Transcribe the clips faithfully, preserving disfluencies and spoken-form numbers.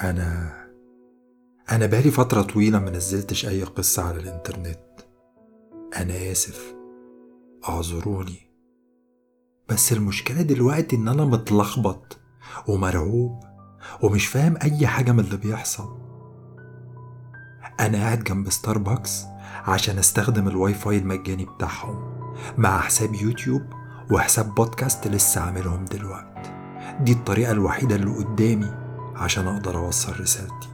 أنا أنا بقالي فترة طويلة ما نزلتش أي قصة على الإنترنت. أنا آسف، اعذروني. بس المشكلة دلوقتي إن أنا متلخبط ومرعوب ومش فاهم أي حاجة من اللي بيحصل. أنا قاعد جنب ستاربكس عشان أستخدم الواي فاي المجاني بتاعهم مع حساب يوتيوب وحساب بودكاست لسه عاملهم دلوقتي. دي الطريقة الوحيدة اللي قدامي عشان أقدر أوصل رسالتي.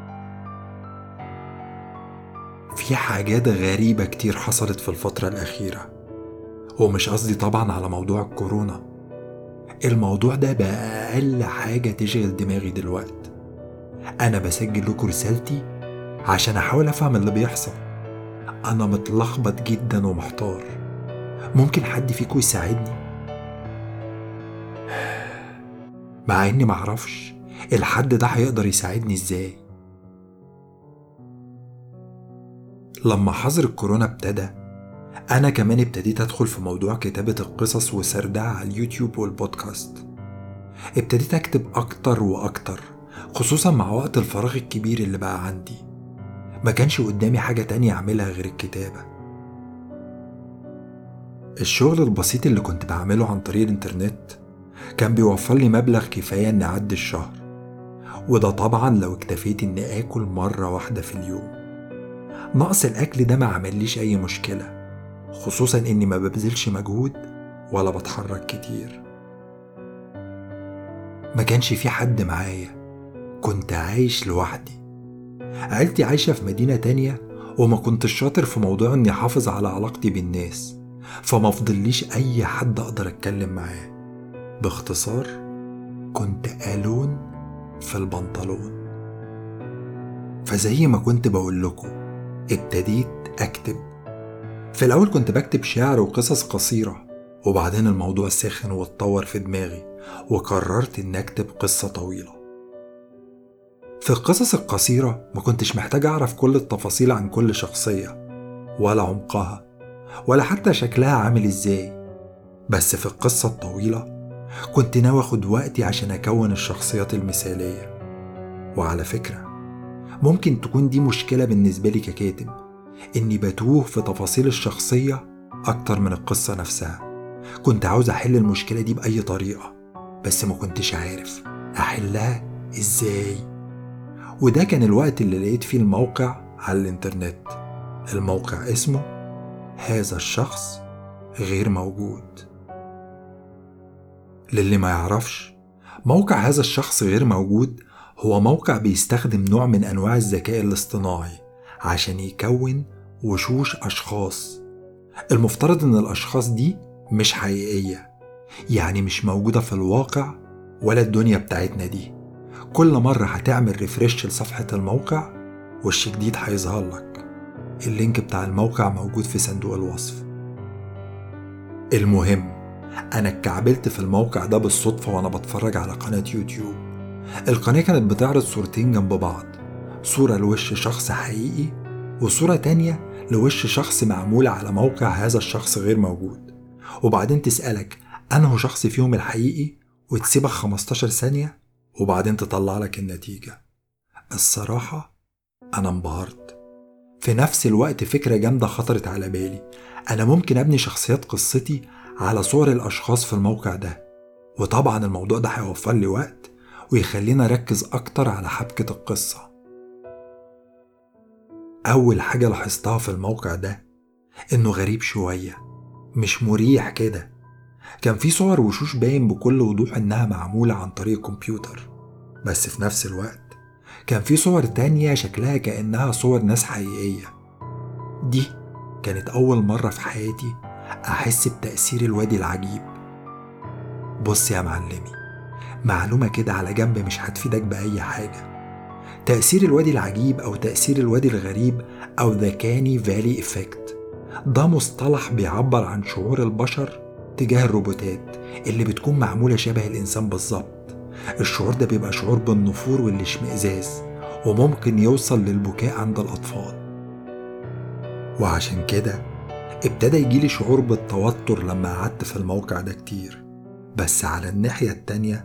في حاجات غريبة كتير حصلت في الفترة الأخيرة، ومش قصدي طبعا على موضوع الكورونا. الموضوع ده بقى أقل حاجة تشغل دماغي دلوقتي. أنا بسجل لكم رسالتي عشان أحاول أفهم اللي بيحصل. أنا متلخبط جدا ومحتار. ممكن حد فيكم يساعدني؟ مع إني معرفش الحد ده هيقدر يساعدني إزاي. لما حظر الكورونا ابتدى، أنا كمان ابتديت أدخل في موضوع كتابة القصص وسردها على اليوتيوب والبودكاست. ابتديت أكتب أكتر وأكتر، خصوصا مع وقت الفراغ الكبير اللي بقى عندي. ما كانش قدامي حاجة تانية أعملها غير الكتابة. الشغل البسيط اللي كنت بعمله عن طريق الإنترنت كان بيوفر لي مبلغ كفاية إن أعدي الشهر، وده طبعا لو اكتفيت إن آكل مرة واحدة في اليوم. نقص الأكل ده ما عمليش أي مشكلة، خصوصا إني ما ببذلش مجهود ولا بتحرك كتير. ما كانش في حد معايا، كنت عايش لوحدي. عيلتي عايشة في مدينة تانية، وما كنتش شاطر في موضوع إني حافظ على علاقتي بالناس، فما فضليش أي حد أقدر أتكلم معاه. باختصار كنت ألون في البنطلون. فزي ما كنت بقول لكم، ابتديت أكتب. في الأول كنت بكتب شعر وقصص قصيرة، وبعدين الموضوع سخن واتطور في دماغي وقررت إن أكتب قصة طويلة. في القصص القصيرة ما كنتش محتاج أعرف كل التفاصيل عن كل شخصية، ولا عمقها، ولا حتى شكلها عامل إزاي. بس في القصة الطويلة كنت ناوي أخد وقتي عشان أكون الشخصيات المثالية. وعلى فكرة، ممكن تكون دي مشكلة بالنسبة لي ككاتب، إني بتوه في تفاصيل الشخصية أكتر من القصة نفسها. كنت عاوز أحل المشكلة دي بأي طريقة، بس ما كنتش عارف أحلها إزاي. وده كان الوقت اللي لقيت فيه الموقع على الإنترنت. الموقع اسمه هذا الشخص غير موجود. للي ما يعرفش، موقع هذا الشخص غير موجود هو موقع بيستخدم نوع من أنواع الذكاء الاصطناعي عشان يكون وشوش أشخاص. المفترض إن الأشخاص دي مش حقيقية، يعني مش موجودة في الواقع ولا الدنيا بتاعتنا دي. كل مرة هتعمل ريفريش لصفحة الموقع وش جديد هيظهر لك. اللينك بتاع الموقع موجود في صندوق الوصف. المهم، أنا اتكعبلت في الموقع ده بالصدفة وأنا بتفرج على قناة يوتيوب. القناة كانت بتعرض صورتين جنب بعض، صورة لوش شخص حقيقي وصورة تانية لوش شخص معمولة على موقع هذا الشخص غير موجود. وبعدين تسألك أنه شخص فيهم الحقيقي، وتسيبك خمستاشر ثانية وبعدين تطلع لك النتيجة. الصراحة أنا انبهرت. في نفس الوقت فكرة جامدة خطرت على بالي. أنا ممكن أبني شخصيات قصتي على صور الأشخاص في الموقع ده، وطبعا الموضوع ده هيوفر لي وقت ويخلينا أركز أكتر على حبكة القصة. أول حاجة لاحظتها في الموقع ده إنه غريب شوية، مش مريح كده. كان في صور وشوش باين بكل وضوح إنها معمولة عن طريق كمبيوتر، بس في نفس الوقت كان في صور تانية شكلها كأنها صور ناس حقيقية. دي كانت أول مرة في حياتي أحس بتأثير الوادي العجيب. بص يا معلمي، معلومة كده على جنب مش هتفيدك بأي حاجة. تأثير الوادي العجيب أو تأثير الوادي الغريب أو The Canny Valley Effect ده مصطلح بيعبر عن شعور البشر تجاه الروبوتات اللي بتكون معمولة شبه الإنسان بالظبط. الشعور ده بيبقى شعور بالنفور والاشمئزاز، وممكن يوصل للبكاء عند الأطفال. وعشان كده ابتدى يجيلي شعور بالتوتر لما قعدت في الموقع ده كتير. بس على الناحية التانية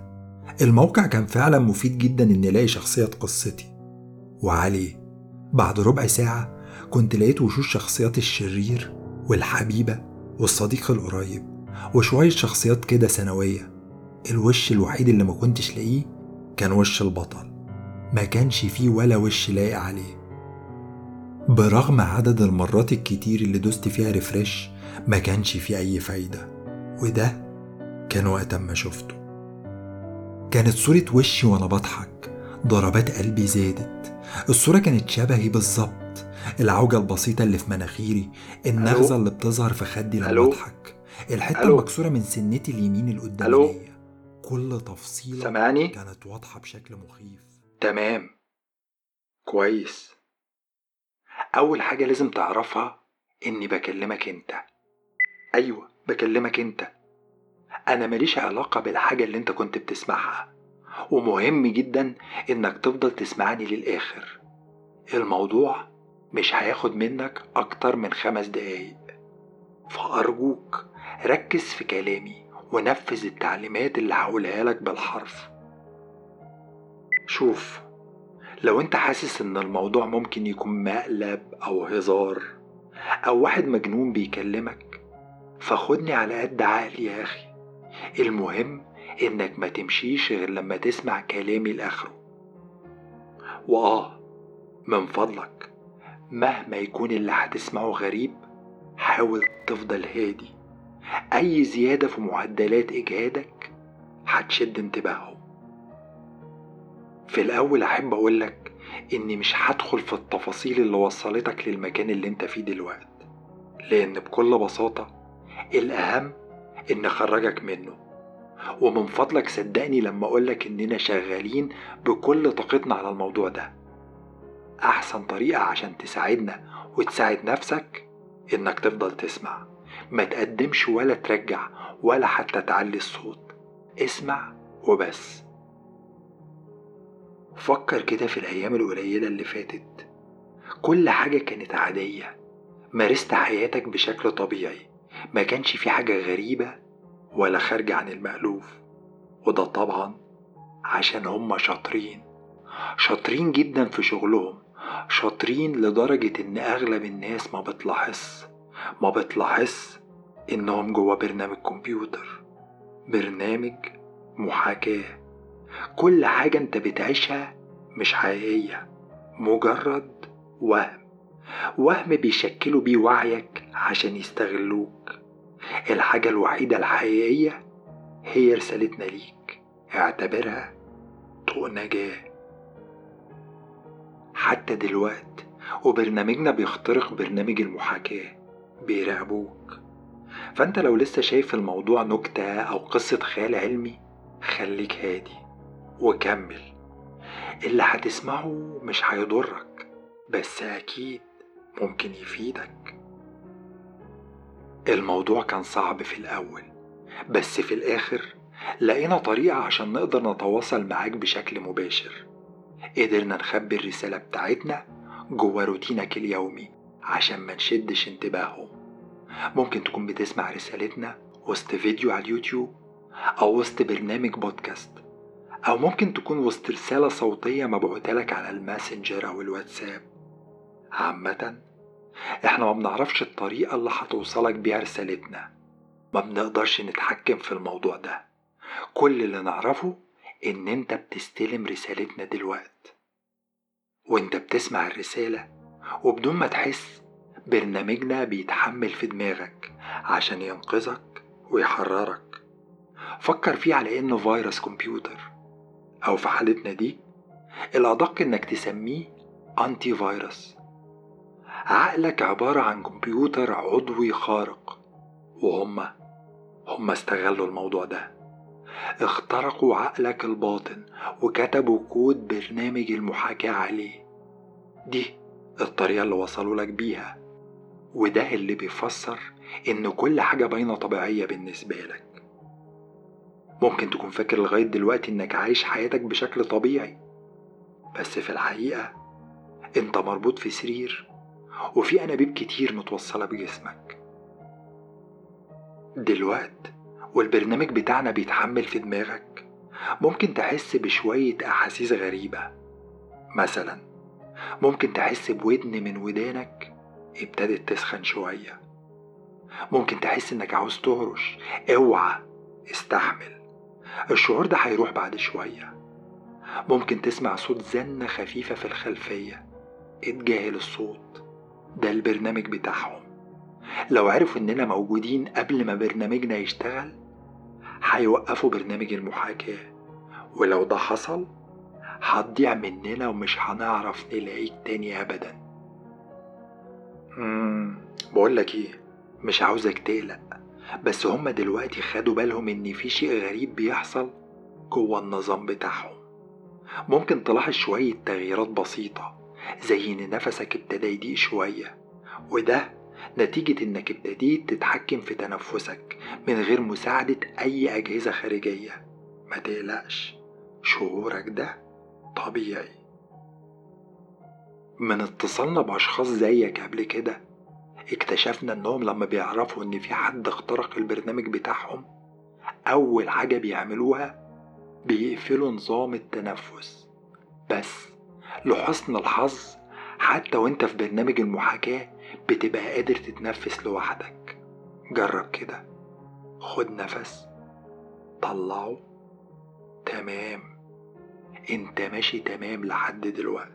الموقع كان فعلا مفيد جدا إن ألاقي شخصية قصتي، وعليه بعد ربع ساعة كنت لقيت وشوش شخصيات الشرير والحبيبة والصديق القريب وشوية شخصيات كده ثانوية. الوش الوحيد اللي ما كنتش لاقيه كان وش البطل، ما كانش فيه ولا وش لاقي عليه. برغم عدد المرات الكتير اللي دوست فيها ريفريش ما كانش فيه أي فايدة، وده كان وقت ما شفته. كانت صورة وشي وأنا بضحك، ضربات قلبي زادت. الصورة كانت شبهي بالظبط، العوجة البسيطة اللي في مناخيري، النغزة اللي بتظهر في خدي لما أضحك، الحتة المكسورة من سنتي اليمين القدامانية، كل تفصيلة سمعني؟ كانت واضحة بشكل مخيف. تمام، كويس. أول حاجة لازم تعرفها إني بكلمك أنت. أيوة، بكلمك أنت. أنا ماليش علاقة بالحاجة اللي أنت كنت بتسمعها، ومهم جدا إنك تفضل تسمعني للآخر. الموضوع مش هياخد منك أكتر من خمس دقايق، فأرجوك ركز في كلامي ونفذ التعليمات اللي هقولها لك بالحرف. شوف، لو انت حاسس ان الموضوع ممكن يكون مقلب او هزار او واحد مجنون بيكلمك، فخدني على قد عقلي يا اخي. المهم انك ما تمشيش غير لما تسمع كلامي لاخره. وآه، من فضلك مهما يكون اللي هتسمعه غريب حاول تفضل هادي. اي زيادة في معدلات اجهادك هتشد انتباههم. في الاول احب اقولك اني مش هدخل في التفاصيل اللي وصلتك للمكان اللي انت فيه دلوقتي، لان بكل بساطة الاهم ان اخرجك منه. ومن فضلك صدقني لما اقولك اننا شغالين بكل طاقتنا على الموضوع ده. احسن طريقة عشان تساعدنا وتساعد نفسك انك تفضل تسمع، ما تقدمش ولا ترجع ولا حتى تعلي الصوت، اسمع وبس. فكر كده في الايام القليلة اللي فاتت، كل حاجة كانت عادية، مارست حياتك بشكل طبيعي، ما كانش في حاجة غريبة ولا خارجة عن المألوف. وده طبعا عشان هم شاطرين شاطرين جدا في شغلهم، شاطرين لدرجة ان اغلب الناس ما بتلاحظ ما بتلاحظ انهم جوا برنامج كمبيوتر، برنامج محاكاة. كل حاجة انت بتعيشها مش حقيقية، مجرد وهم وهم بيشكلوا بيه وعيك عشان يستغلوك. الحاجة الوحيدة الحقيقية هي رسالتنا ليك، اعتبرها طوق نجاة. حتى دلوقت وبرنامجنا بيخترق برنامج المحاكاة، بيراقبوك. فانت لو لسه شايف الموضوع نكتة او قصة خيال علمي، خليك هادي وكمل. اللي هتسمعه مش هيضرك، بس اكيد ممكن يفيدك. الموضوع كان صعب في الأول، بس في الآخر لقينا طريقة عشان نقدر نتواصل معاك بشكل مباشر. قدرنا نخبي الرسالة بتاعتنا جوا روتينك اليومي عشان ما نشدش انتباههم. ممكن تكون بتسمع رسالتنا وسط فيديو على اليوتيوب، أو وسط برنامج بودكاست، أو ممكن تكون وسط رسالة صوتية مبعوثة لك على الماسنجر أو الواتساب. عامةً احنا ما بنعرفش الطريقة اللي هتوصلك بيها رسالتنا، ما بنقدرش نتحكم في الموضوع ده. كل اللي نعرفه ان انت بتستلم رسالتنا دلوقت، وانت بتسمع الرسالة وبدون ما تحس برنامجنا بيتحمل في دماغك عشان ينقذك ويحررك. فكر فيه على انه فيروس كمبيوتر، او في حالتنا دي الادق انك تسميه انتي فيروس. عقلك عبارة عن كمبيوتر عضوي خارق، وهم هم استغلوا الموضوع ده، اخترقوا عقلك الباطن وكتبوا كود برنامج المحاكاة عليه. دي الطريقة اللي وصلوا لك بيها، وده اللي بيفسر ان كل حاجة باينة طبيعية بالنسبة لك. ممكن تكون فاكر لغاية دلوقتي انك عايش حياتك بشكل طبيعي، بس في الحقيقة انت مربوط في سرير وفي أنابيب كتير متوصلة بجسمك دلوقت، والبرنامج بتاعنا بيتحمل في دماغك ممكن تحس بشوية أحاسيس غريبة. مثلا ممكن تحس بودن من ودانك ابتدت تسخن شوية. ممكن تحس إنك عاوز تهرش. اوعى، استحمل، الشعور ده هيروح بعد شوية. ممكن تسمع صوت زنة خفيفة في الخلفية. اتجاهل الصوت، ده البرنامج بتاعهم. لو عرفوا إننا موجودين قبل ما برنامجنا يشتغل هيوقفوا برنامج المحاكاة، ولو ده حصل هتضيع مننا ومش هنعرف نلاقيك تاني أبدا. مم. بقولك ايه، مش عاوزك تقلق، بس هما دلوقتي خدوا بالهم إن في شيء غريب بيحصل جوه النظام بتاعهم. ممكن تلاحظ شوية تغييرات بسيطة، زي إن نفسك ابتدى يضيق شوية، وده نتيجة إنك ابتديت تتحكم في تنفسك من غير مساعدة أي أجهزة خارجية. ما تقلقش، شعورك ده طبيعي. من اتصالنا بأشخاص زيك قبل كده اكتشفنا إنهم لما بيعرفوا إن في حد اخترق البرنامج بتاعهم أول حاجة بيعملوها بيقفلوا نظام التنفس. بس لحسن الحظ حتى وانت في برنامج المحاكاة بتبقى قادر تتنفس لوحدك. جرب كده، خد نفس، طلعه. تمام، انت ماشي تمام لحد دلوقتي.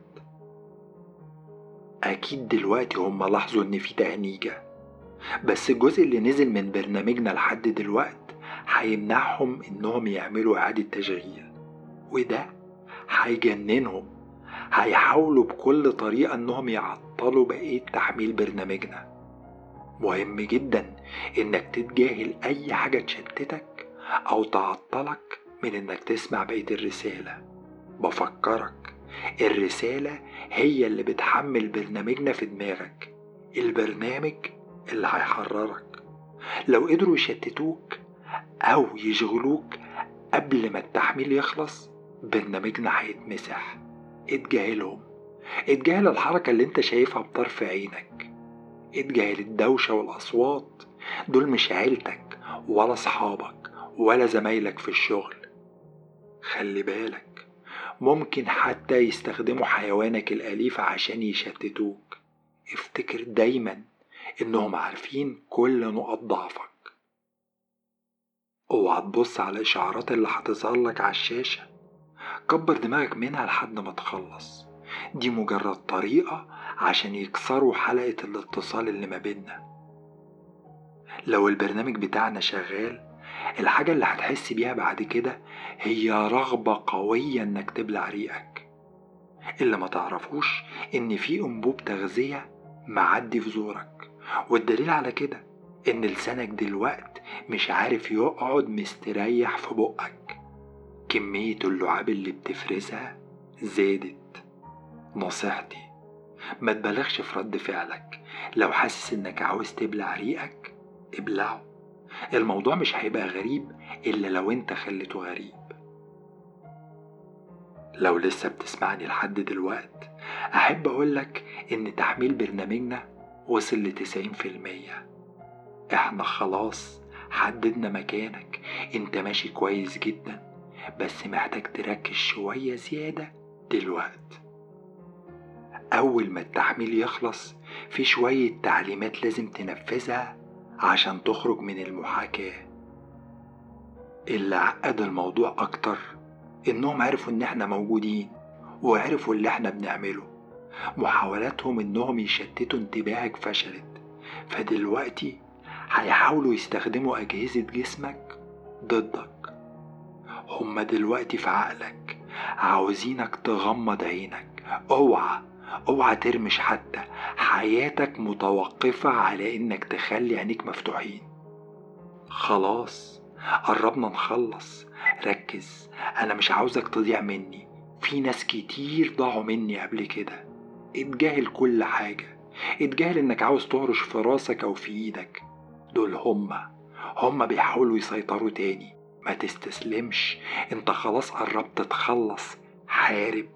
اكيد دلوقتي هم لاحظوا ان في تهنيجة، بس الجزء اللي نزل من برنامجنا لحد دلوقتي هيمنعهم انهم يعملوا اعادة تشغيل، وده هيجننهم. هيحاولوا بكل طريقة انهم يعطلوا بقية تحميل برنامجنا. مهم جدا انك تتجاهل اي حاجة تشتتك او تعطلك من انك تسمع بقية الرسالة. بفكرك، الرسالة هي اللي بتحمل برنامجنا في دماغك، البرنامج اللي هيحررك. لو قدروا يشتتوك او يشغلوك قبل ما التحميل يخلص برنامجنا هيتمسح. اتجاهلهم، اتجاهل الحركة اللي انت شايفها بطرف عينك، اتجاهل الدوشة والأصوات. دول مش عيلتك ولا صحابك ولا زمايلك في الشغل. خلي بالك، ممكن حتى يستخدموا حيوانك الأليف عشان يشتتوك. افتكر دايما إنهم عارفين كل نقط ضعفك. اوعى تبص على الإشعارات اللي هتظهر لك على الشاشة، كبر دماغك منها لحد ما تخلص. دي مجرد طريقة عشان يكسروا حلقة الاتصال اللي ما بيننا. لو البرنامج بتاعنا شغال، الحاجة اللي هتحس بيها بعد كده هي رغبة قوية انك تبلع ريقك. اللي ما تعرفوش ان في انبوب تغذية معدي في زورك، والدليل على كده ان لسانك دلوقت مش عارف يقعد مستريح في بقك. كمية اللعاب اللي بتفرزها زادت. نصيحتي، ما تبالغش في رد فعلك. لو حاسس انك عاوز تبلع ريقك ابلعه. الموضوع مش هيبقى غريب إلا لو انت خليته غريب. لو لسه بتسمعني لحد دلوقت أحب أقولك إن تحميل برنامجنا وصل لتسعين في المية. إحنا خلاص حددنا مكانك، انت ماشي كويس جدا، بس محتاج تركز شوية زيادة دلوقت. أول ما التحميل يخلص في شوية تعليمات لازم تنفذها عشان تخرج من المحاكاة. اللي عقد الموضوع أكتر إنهم عرفوا إن إحنا موجودين وعرفوا اللي إحنا بنعمله. محاولاتهم إنهم يشتتوا انتباهك فشلت، فدلوقتي هيحاولوا يستخدموا أجهزة جسمك ضدك. هما دلوقتي في عقلك عاوزينك تغمض عينك. اوعى اوعى ترمش حتى. حياتك متوقفة على إنك تخلي عينيك مفتوحين. خلاص قربنا نخلص. ركز، أنا مش عاوزك تضيع مني. في ناس كتير ضاعوا مني قبل كده. اتجاهل كل حاجة، اتجاهل إنك عاوز تهرش في راسك أو في إيدك. دول هما هما بيحاولوا يسيطروا تاني. ما تستسلمش، انت خلاص قربت تخلص. حارب،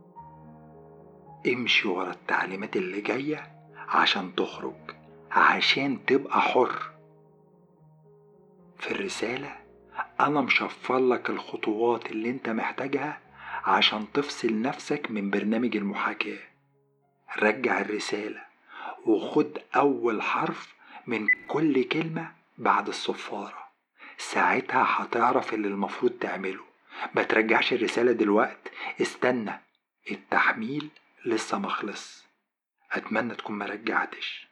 امشي ورا التعليمات اللي جاية عشان تخرج، عشان تبقى حر. في الرسالة أنا مشفر لك الخطوات اللي أنت محتاجها عشان تفصل نفسك من برنامج المحاكاة. رجع الرسالة وخد أول حرف من كل كلمة بعد الصفارة، ساعتها هتعرف اللي المفروض تعمله. ما ترجعش الرسالة دلوقت، استنى، التحميل لسه مخلص. أتمنى تكون مرجعتش.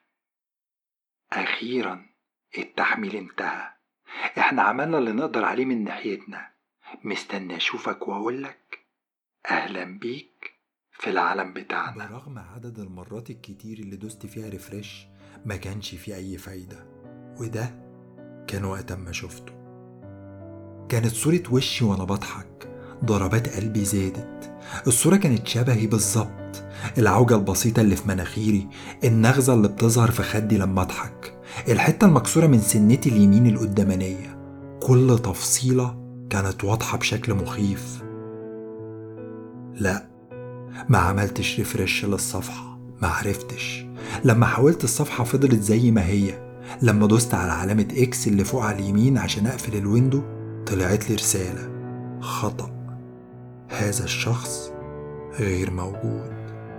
أخيرا التحميل انتهى، احنا عملنا اللي نقدر عليه من ناحيتنا. مستني أشوفك وأقولك أهلا بيك في العالم بتاعنا. برغم عدد المرات الكتير اللي دوست فيها ريفريش ما كانش فيه أي فايدة، وده كان وقت ما شفته. كانت صورة وشي وأنا بضحك، ضربات قلبي زادت. الصورة كانت شبهي بالظبط، العوجة البسيطة اللي في مناخيري، النغزة اللي بتظهر في خدي لما أضحك، الحتة المكسورة من سنتي اليمين القدامانية. كل تفصيلة كانت واضحة بشكل مخيف. لا، ما عملتش ريفرش للصفحة، ما عرفتش. لما حاولت الصفحة فضلت زي ما هي. لما دوست على علامة اكس اللي فوق على اليمين عشان اقفل الويندو، طلعت لي رسالة: خطأ، هذا الشخص غير موجود.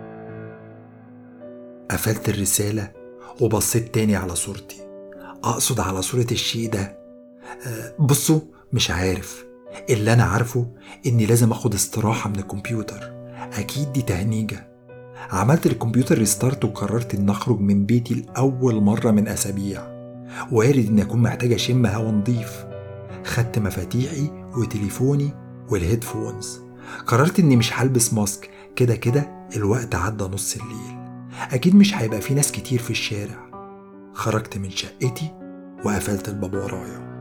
قفلت الرسالة وبصيت تاني على صورتي، اقصد على صورة الشيء ده. أه بصوا، مش عارف. اللي انا عارفه اني لازم اخد استراحة من الكمبيوتر، اكيد دي تهنيجة. عملت الكمبيوتر ريستارت وقررت ان اخرج من بيتي لأول مرة من اسابيع. وارد ان اكون محتاج اشم هوا نضيف. خدت مفاتيحي وتليفوني والهيدفونز. قررت اني مش هلبس ماسك، كده كده الوقت عدى نص الليل، اكيد مش هيبقى في ناس كتير في الشارع. خرجت من شقتي وقفلت الباب ورايا.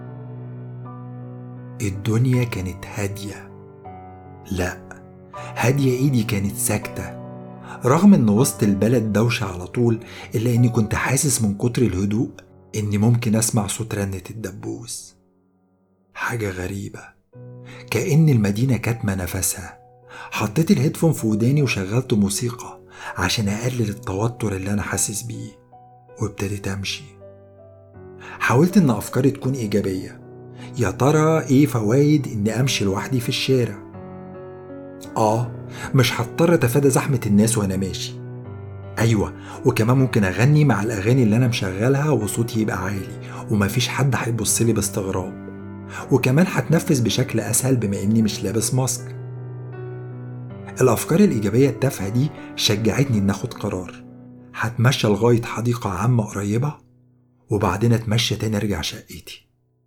الدنيا كانت هادية. لا، هادية ايدي كانت ساكتة. رغم ان وسط البلد دوشة على طول، الا اني كنت حاسس من كتر الهدوء اني ممكن اسمع صوت رنة الدبوس. حاجة غريبة، كأن المدينة كاتمة نفسها. حطيت الهيدفون في وداني وشغلت موسيقى عشان اقلل التوتر اللي انا حاسس بيه، وابتديت امشي. حاولت ان افكاري تكون ايجابية. يا ترى ايه فوايد اني امشي لوحدي في الشارع؟ اه، مش هضطر اتفادى زحمة الناس وانا ماشي. ايوه، وكمان ممكن اغني مع الاغاني اللي انا مشغلها وصوتي يبقى عالي ومفيش حد هيبصلي باستغراب. وكمان هتنفس بشكل اسهل بما اني مش لابس ماسك. الافكار الايجابية التافهة دي شجعتني ان اخد قرار. هتمشى لغاية حديقة عامة قريبة وبعدين اتمشى تاني ارجع شقتي.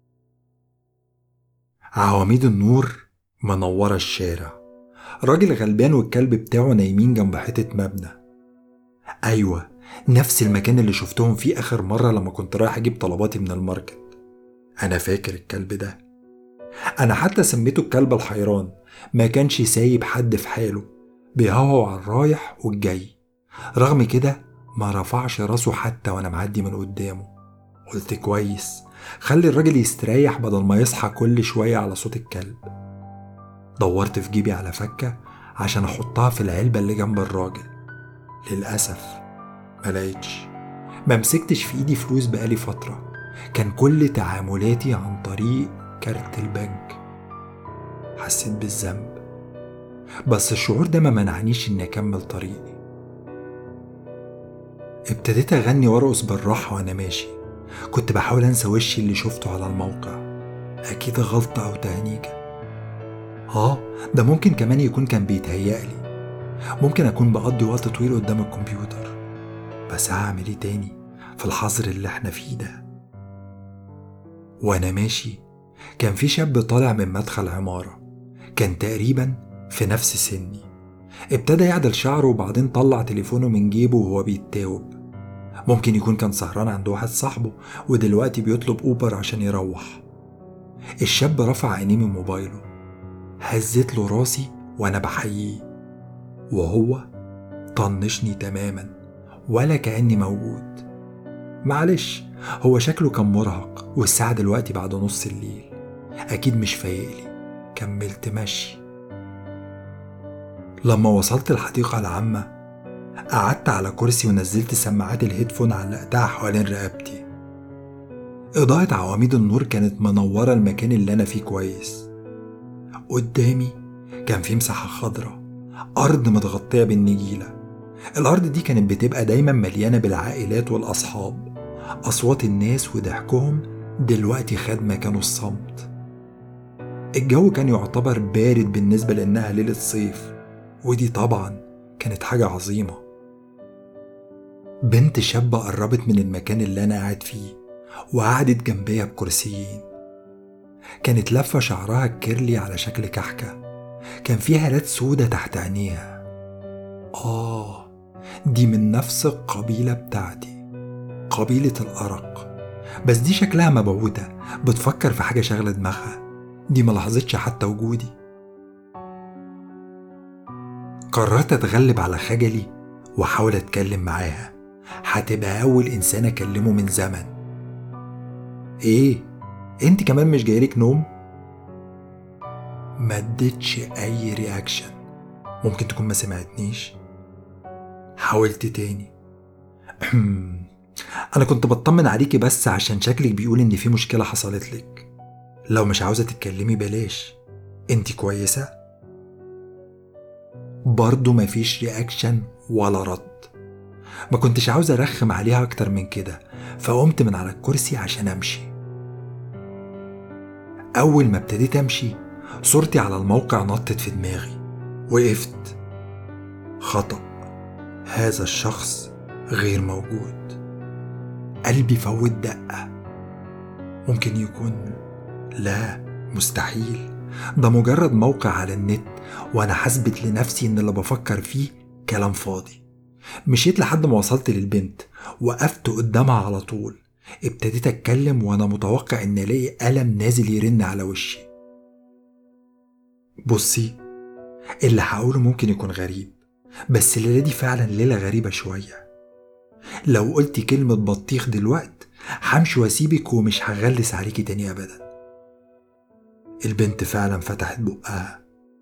عواميد النور منورة الشارع. راجل غلبان والكلب بتاعه نايمين جنب حيطة مبنى. أيوة، نفس المكان اللي شفتهم فيه آخر مرة لما كنت رايح أجيب طلباتي من الماركت. أنا فاكر الكلب ده. أنا حتى سميته الكلب الحيران. ما كانش سايب حد في حاله، بيهوهو على الرايح والجاي. رغم كده ما رفعش راسه حتى وأنا معدي من قدامه. قلت كويس، خلي الراجل يستريح بدل ما يصحى كل شوية على صوت الكلب. دورت في جيبي على فكة عشان أحطها في العلبة اللي جنب الراجل. للأسف ملاقيتش. ما مسكتش في إيدي فلوس بقالي فترة، كان كل تعاملاتي عن طريق كارت البنك. حسيت بالذنب، بس الشعور ده ما منعنيش إني أكمل طريقي. ابتديت أغني وأرقص بالراحة وأنا ماشي. كنت بحاول أنسى وشي اللي شفته على الموقع. أكيد غلطة أو تهنيجة. آه، ده ممكن كمان يكون كان بيتهيألي. ممكن أكون بقضي وقت طويل قدام الكمبيوتر، بس هعمل إيه تاني في الحظر اللي احنا فيه ده؟ وأنا ماشي كان في شاب طالع من مدخل عمارة، كان تقريبا في نفس سني. ابتدى يعدل شعره وبعدين طلع تليفونه من جيبه وهو بيتاوب. ممكن يكون كان سهران عند واحد صاحبه ودلوقتي بيطلب أوبر عشان يروح. الشاب رفع عينيه من موبايله، هزت له راسي وأنا بحييه، وهو طنشني تماما ولا كأني موجود. معلش، هو شكله كان مرهق والساعة دلوقتي بعد نص الليل، أكيد مش فايقلي. كملت مشي. لما وصلت الحديقة العامة قعدت على كرسي ونزلت سماعات الهيدفون علقتها حوالين رقبتي. إضاءة عواميد النور كانت منورة المكان اللي أنا فيه كويس. قدامي كان في مساحة خضراء، أرض متغطية بالنجيلة. الأرض دي كانت بتبقى دايما مليانة بالعائلات والأصحاب. أصوات الناس وضحكهم دلوقتي خد مكانه الصمت. الجو كان يعتبر بارد بالنسبة لأنها ليلة صيف، ودي طبعا كانت حاجة عظيمة. بنت شابة قربت من المكان اللي أنا قاعد فيه وقعدت جنبيا بكرسيين. كانت لفة شعرها الكيرلي على شكل كحكة، كان فيها هالات سودة تحت عينيها. آه، دي من نفس القبيلة بتاعتي، قبيلة الأرق. بس دي شكلها مبعوثة، بتفكر في حاجة شغلة دماغها. دي ملاحظتش حتى وجودي. قررت أتغلب على خجلي وأحاول أتكلم معاها. هتبقى أول إنسان أكلمه من زمن. إيه؟ أنت كمان مش جايلك نوم؟ ما اديتش أي رياكشن. ممكن تكون ما سمعتنيش. حاولت تاني. أنا كنت بطمن عليكي بس عشان شكلك بيقول إن في مشكلة حصلت لك. لو مش عاوزة تتكلمي بلاش. أنت كويسة؟ برضو مفيش رياكشن ولا رد. ما كنتش عاوزة أرخم عليها أكتر من كده، فقمت من على الكرسي عشان أمشي. أول ما ابتديت أمشي صورتي على الموقع نطت في دماغي. وقفت. خطأ، هذا الشخص غير موجود. قلبي فوت دقة. ممكن يكون، لا مستحيل، ده مجرد موقع على النت وأنا حسبت لنفسي إن اللي بفكر فيه كلام فاضي. مشيت لحد ما وصلت للبنت، وقفت قدامها على طول. ابتديت أتكلم وأنا متوقع إن ألاقي قلم نازل يرن على وشي. بصي، اللي هقوله ممكن يكون غريب، بس الليلة دي فعلا ليلة غريبة شوية. لو قلتي كلمة بطيخ دلوقت همشي واسيبك ومش هغلس عليكي تاني أبدا. البنت فعلا فتحت بقها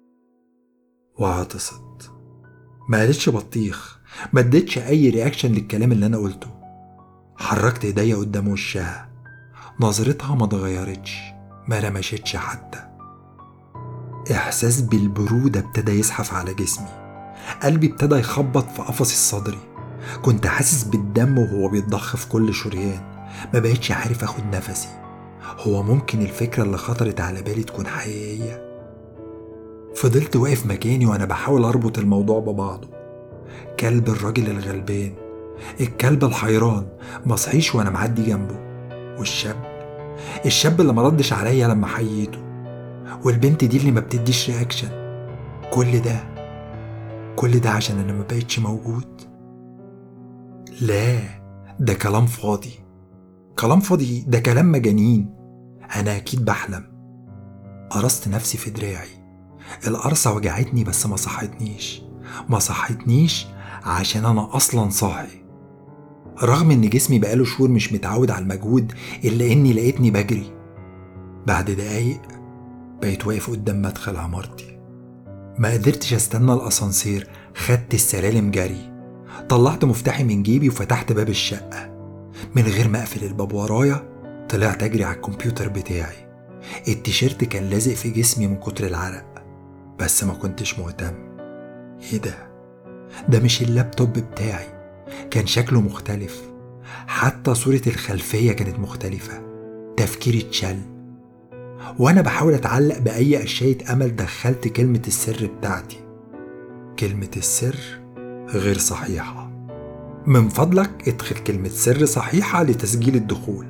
وعطست. ما قالتش بطيخ، ما ادتش اي رياكشن للكلام اللي انا قلته. حركت ايديا قدام وشها. نظرتها ما اتغيرتش، ما رمشتش حتى. احساس بالبرودة ابتدى يزحف على جسمي. قلبي ابتدى يخبط في قفصي الصدري. كنت حاسس بالدم وهو بيتضخ في كل شريان. ما بقتش عارف اخد نفسي. هو ممكن الفكرة اللي خطرت على بالي تكون حقيقية؟ فضلت واقف مكاني وانا بحاول اربط الموضوع ببعضه. كلب الراجل الغلبان، الكلب الحيران مصحيش وانا معدي جنبه، والشاب الشاب اللي مردش عليا لما حييته، والبنت دي اللي ما بتديش رياكشن. كل ده كل ده عشان انا ما بقتش موجود. لا، ده كلام فاضي، كلام فاضي، ده كلام مجانين. انا اكيد بحلم. قرصت نفسي في دراعي. القرصة وجعتني بس ما صحتنيش ما صحتنيش عشان انا اصلا صاحي، رغم ان جسمي بقاله شهور مش متعود على المجهود، الا اني لقيتني بجري. بعد دقايق بقيت واقف قدام مدخل عمارتي. ما قدرتش استنى الاسانسير، خدت السلالم جري. طلعت مفتاحي من جيبي وفتحت باب الشقة. من غير ما اقفل الباب ورايا طلعت اجري على الكمبيوتر بتاعي. التيشيرت كان لازق في جسمي من كتر العرق، بس ما كنتش مهتم. ايه ده؟ ده مش اللابتوب بتاعي، كان شكله مختلف. حتى صورة الخلفية كانت مختلفة. تفكيري اتشل. وانا بحاول اتعلق بأي اشياء امل دخلت كلمة السر بتاعتي. كلمة السر غير صحيحة. من فضلك ادخل كلمة سر صحيحة لتسجيل الدخول.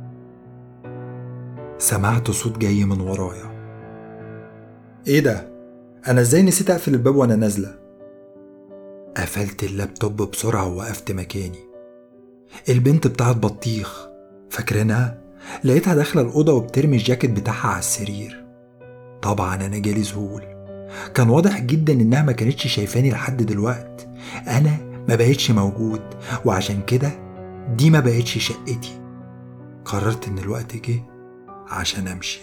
سمعت صوت جاي من ورايا. ايه ده؟ انا ازاي نسيت اقفل الباب وانا نازلة؟ قفلت اللابتوب بسرعة ووقفت مكاني. البنت بتاعت بطيخ، فاكرينها؟ لقيتها داخلة الأوضة وبترمي الجاكيت بتاعها على السرير. طبعا أنا جالي ذهول. كان واضح جدا إنها ما كانتش شايفاني لحد دلوقت. أنا ما بقيتش موجود، وعشان كده دي ما بقيتش شقتي. قررت إن الوقت جه عشان أمشي.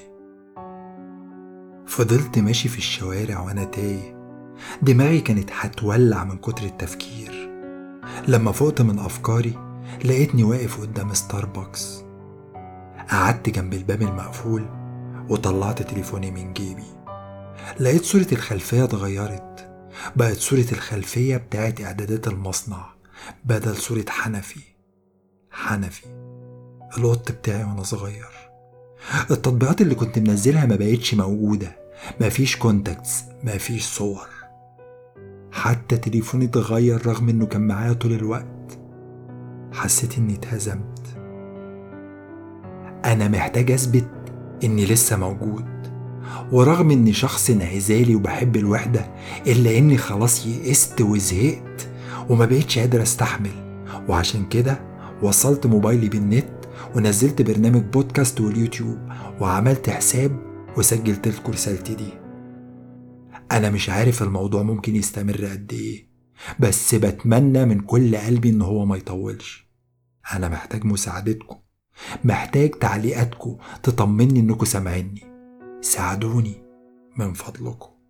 فضلت ماشي في الشوارع وأنا تايه. دماغي كانت هتولع من كتر التفكير. لما فقت من أفكاري لقيتني واقف قدام ستاربكس. قعدت جنب الباب المقفول وطلعت تليفوني من جيبي. لقيت صورة الخلفية اتغيرت، بقت صورة الخلفية بتاعت إعدادات المصنع بدل صورة حنفي. حنفي القط بتاعي وانا صغير. التطبيقات اللي كنت منزلها ما بقتش موجودة، مفيش كونتاكتس، مفيش صور، حتى تليفوني اتغير رغم انه كان معايا طول الوقت. حسيت اني اتهزمت. انا محتاج اثبت اني لسه موجود، ورغم اني شخص انعزالي وبحب الوحدة الا اني خلاص يئست وزهقت وما بقتش قادر استحمل. وعشان كده وصلت موبايلي بالنت ونزلت برنامج بودكاست واليوتيوب وعملت حساب وسجلت لكم رسالتي دي. انا مش عارف الموضوع ممكن يستمر قد ايه، بس بتمنى من كل قلبي ان هو ما يطولش. انا محتاج مساعدتكم، محتاج تعليقاتكم تطمني انكم سامعيني. ساعدوني من فضلكم.